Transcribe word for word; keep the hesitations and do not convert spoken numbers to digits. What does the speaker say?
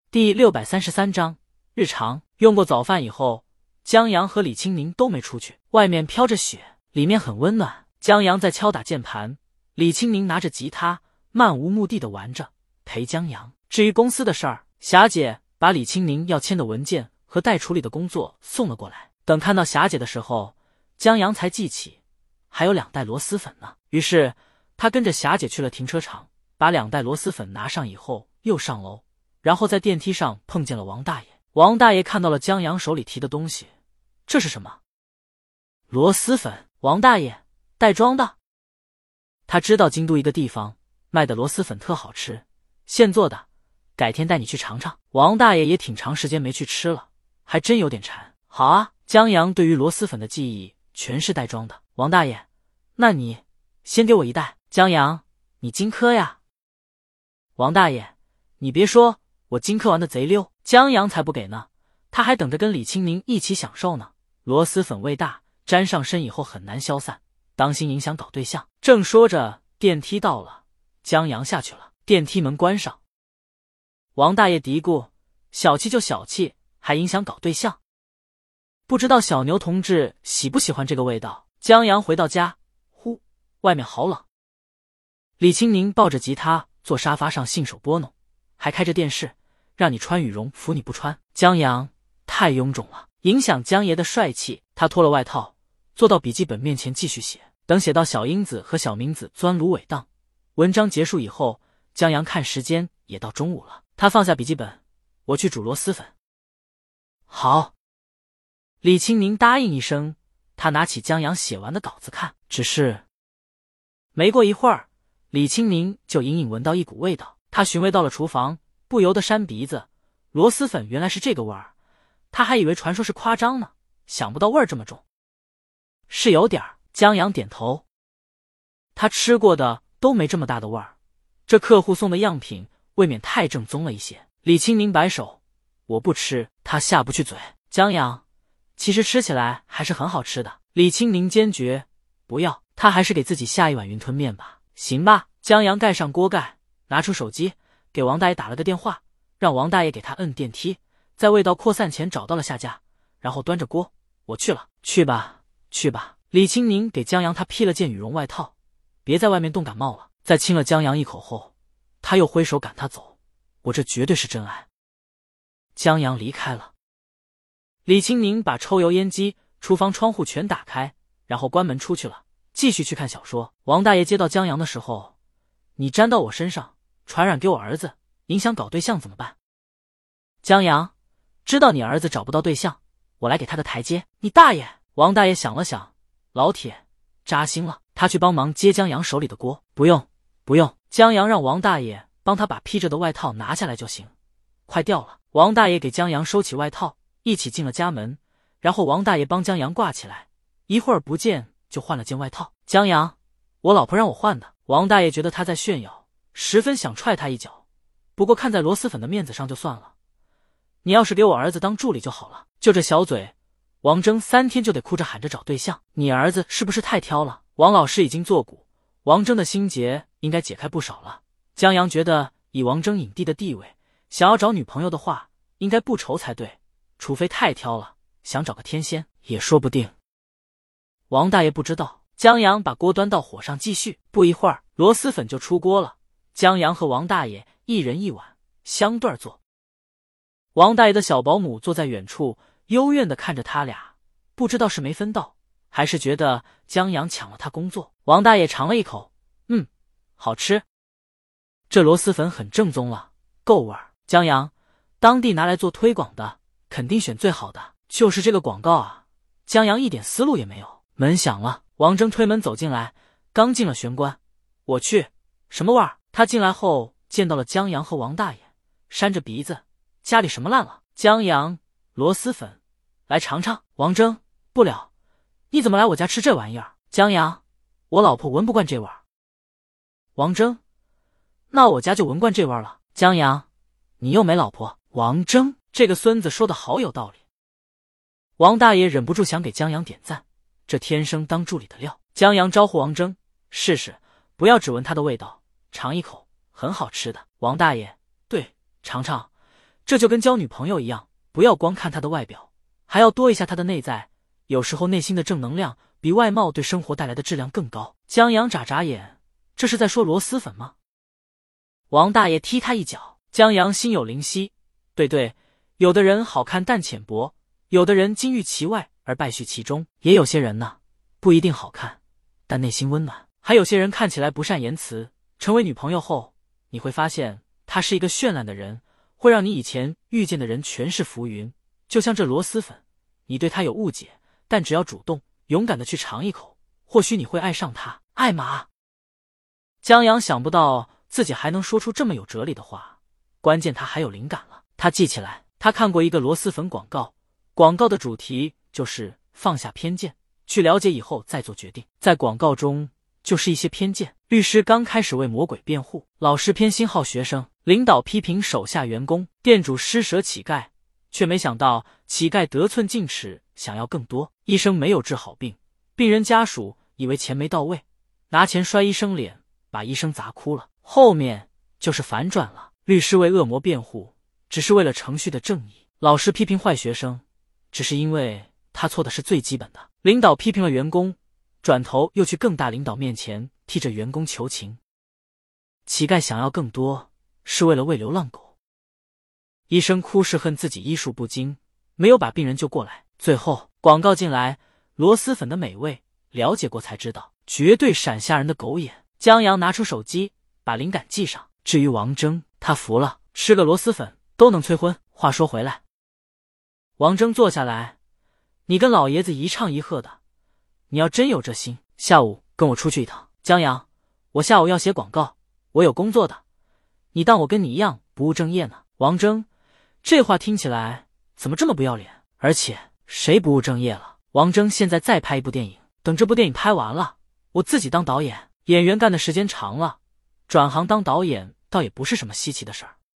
第六百三十三章日常。用过早饭以后，江阳和李青宁都没出去，外面飘着雪，里面很温暖。江阳在敲打键盘，李青宁拿着吉他，漫无目的的玩着，陪江阳。至于公司的事儿，霞姐把李青宁要签的文件和待处理的工作送了过来。等看到霞姐的时候，江阳才记起还有两袋螺蛳粉呢。于是他跟着霞姐去了停车场，把两袋螺蛳粉拿上以后，又上楼，然后在电梯上碰见了王大爷。王大爷看到了江阳手里提的东西，这是什么？螺蛳粉。王大爷，袋装的。他知道京都一个地方卖的螺蛳粉特好吃，现做的，改天带你去尝尝。王大爷也挺长时间没去吃了，还真有点馋。好啊，江阳对于螺蛳粉的记忆全是袋装的。王大爷，那你先给我一袋。江阳，你荆轲呀。王大爷，你别说，我荆轲玩的贼溜。江阳才不给呢，他还等着跟李青宁一起享受呢。螺蛳粉味大，沾上身以后很难消散，当心影响搞对象。正说着，电梯到了，江阳下去了，电梯门关上。王大爷嘀咕，小气就小气，还影响搞对象。不知道小牛同志喜不喜欢这个味道。江阳回到家，呼，外面好冷。李青宁抱着吉他坐沙发上信手拨弄，还开着电视，让你穿羽绒服你不穿。江阳太臃肿了，影响江爷的帅气。他脱了外套，坐到笔记本面前继续写。等写到小英子和小明子钻芦苇荡，文章结束以后，江阳看时间也到中午了。他放下笔记本，我去煮螺蛳粉。好。李青宁答应一声，他拿起江阳写完的稿子看，只是没过一会儿，李青宁就隐隐闻到一股味道。他寻味到了厨房，不由得扇鼻子，螺蛳粉原来是这个味儿，他还以为传说是夸张呢，想不到味儿这么重。是有点儿。江阳点头，他吃过的都没这么大的味儿，这客户送的样品未免太正宗了一些。李青宁摆手，我不吃。他下不去嘴。江阳，其实吃起来还是很好吃的。李青宁坚决不要，他还是给自己下一碗云吞面吧。行吧。江阳盖上锅盖，拿出手机给王大爷打了个电话，让王大爷给他摁电梯，在味道扩散前找到了下家，然后端着锅，我去了。去吧去吧。李青宁给江阳他披了件羽绒外套，别在外面冻感冒了。在亲了江阳一口后，他又挥手赶他走，我这绝对是真爱。江阳离开了。李青宁把抽油烟机、厨房窗户全打开，然后关门出去了，继续去看小说。王大爷接到江阳的时候，你粘到我身上，传染给我儿子，影响搞对象怎么办？江阳，知道你儿子找不到对象，我来给他个台阶。你大爷！王大爷想了想，老铁，扎心了。他去帮忙接江阳手里的锅。不用不用。江阳让王大爷帮他把披着的外套拿下来就行，快掉了。王大爷给江阳收起外套，一起进了家门，然后王大爷帮江阳挂起来，一会儿不见就换了件外套。江阳，我老婆让我换的。王大爷觉得他在炫耀，十分想踹他一脚，不过看在螺蛳粉的面子上就算了。你要是给我儿子当助理就好了。就这小嘴，王峥三天就得哭着喊着找对象，你儿子是不是太挑了？王老师已经作古，王峥的心结应该解开不少了。江阳觉得以王峥影帝的地位，想要找女朋友的话应该不愁才对，除非太挑了，想找个天仙也说不定。王大爷不知道。江阳把锅端到火上继续，不一会儿螺蛳粉就出锅了。江阳和王大爷一人一碗，相对坐。王大爷的小保姆坐在远处，幽怨地看着他俩，不知道是没分到，还是觉得江阳抢了他工作。王大爷尝了一口，嗯，好吃。这螺蛳粉很正宗了，够味儿。江阳，当地拿来做推广的，肯定选最好的。就是这个广告啊，江阳一点思路也没有。门响了，王峥推门走进来，刚进了玄关，我去，什么味儿？他进来后见到了江阳和王大爷，扇着鼻子，家里什么烂了？江阳，螺蛳粉，来尝尝。王峥，不了，你怎么来我家吃这玩意儿？江阳，我老婆闻不惯这味儿。王峥，那我家就闻惯这味儿了。江阳，你又没老婆。王峥，这个孙子说的好有道理。王大爷忍不住想给江阳点赞，这天生当助理的料。江阳招呼王峥，试试，不要只闻它的味道，尝一口，很好吃的。王大爷，对，尝尝， 这就跟交女朋友一样，不要光看她的外表，还要多一下她的内在。有时候内心的正能量比外貌对生活带来的质量更高。江阳眨眨眼，这是在说螺蛳粉吗？王大爷踢他一脚。江阳心有灵犀，对对，有的人好看但浅薄，有的人金玉其外而败絮其中，也有些人呢，不一定好看，但内心温暖。还有些人看起来不善言辞，成为女朋友后，你会发现他是一个绚烂的人，会让你以前遇见的人全是浮云。就像这螺蛳粉，你对他有误解，但只要主动勇敢的去尝一口，或许你会爱上他。爱玛。江阳想不到自己还能说出这么有哲理的话，关键他还有灵感了。他记起来，他看过一个螺蛳粉广告，广告的主题就是放下偏见，去了解以后再做决定。在广告中就是一些偏见。律师刚开始为魔鬼辩护，老师偏心好学生，领导批评手下员工，店主施舍乞丐，却没想到乞丐得寸进尺，想要更多。医生没有治好病，病人家属以为钱没到位，拿钱摔医生脸，把医生砸哭了。后面就是反转了，律师为恶魔辩护，只是为了程序的正义；老师批评坏学生，只是因为他错的是最基本的；领导批评了员工，转头又去更大领导面前替着员工求情。乞丐想要更多，是为了喂流浪狗；医生哭是恨自己医术不精，没有把病人救过来。最后广告进来，螺蛳粉的美味，了解过才知道，绝对闪瞎人的狗眼。江阳拿出手机，把灵感记上。至于王峥，他服了，吃个螺蛳粉都能催婚。话说回来，王峥坐下来，你跟老爷子一唱一和的，你要真有这心，下午跟我出去一趟。江阳，我下午要写广告，我有工作的，你当我跟你一样不务正业呢？王峥，这话听起来怎么这么不要脸？而且谁不务正业了？王峥现在再拍一部电影，等这部电影拍完了，我自己当导演。演员干的时间长了，转行当导演倒也不是什么稀奇的事儿。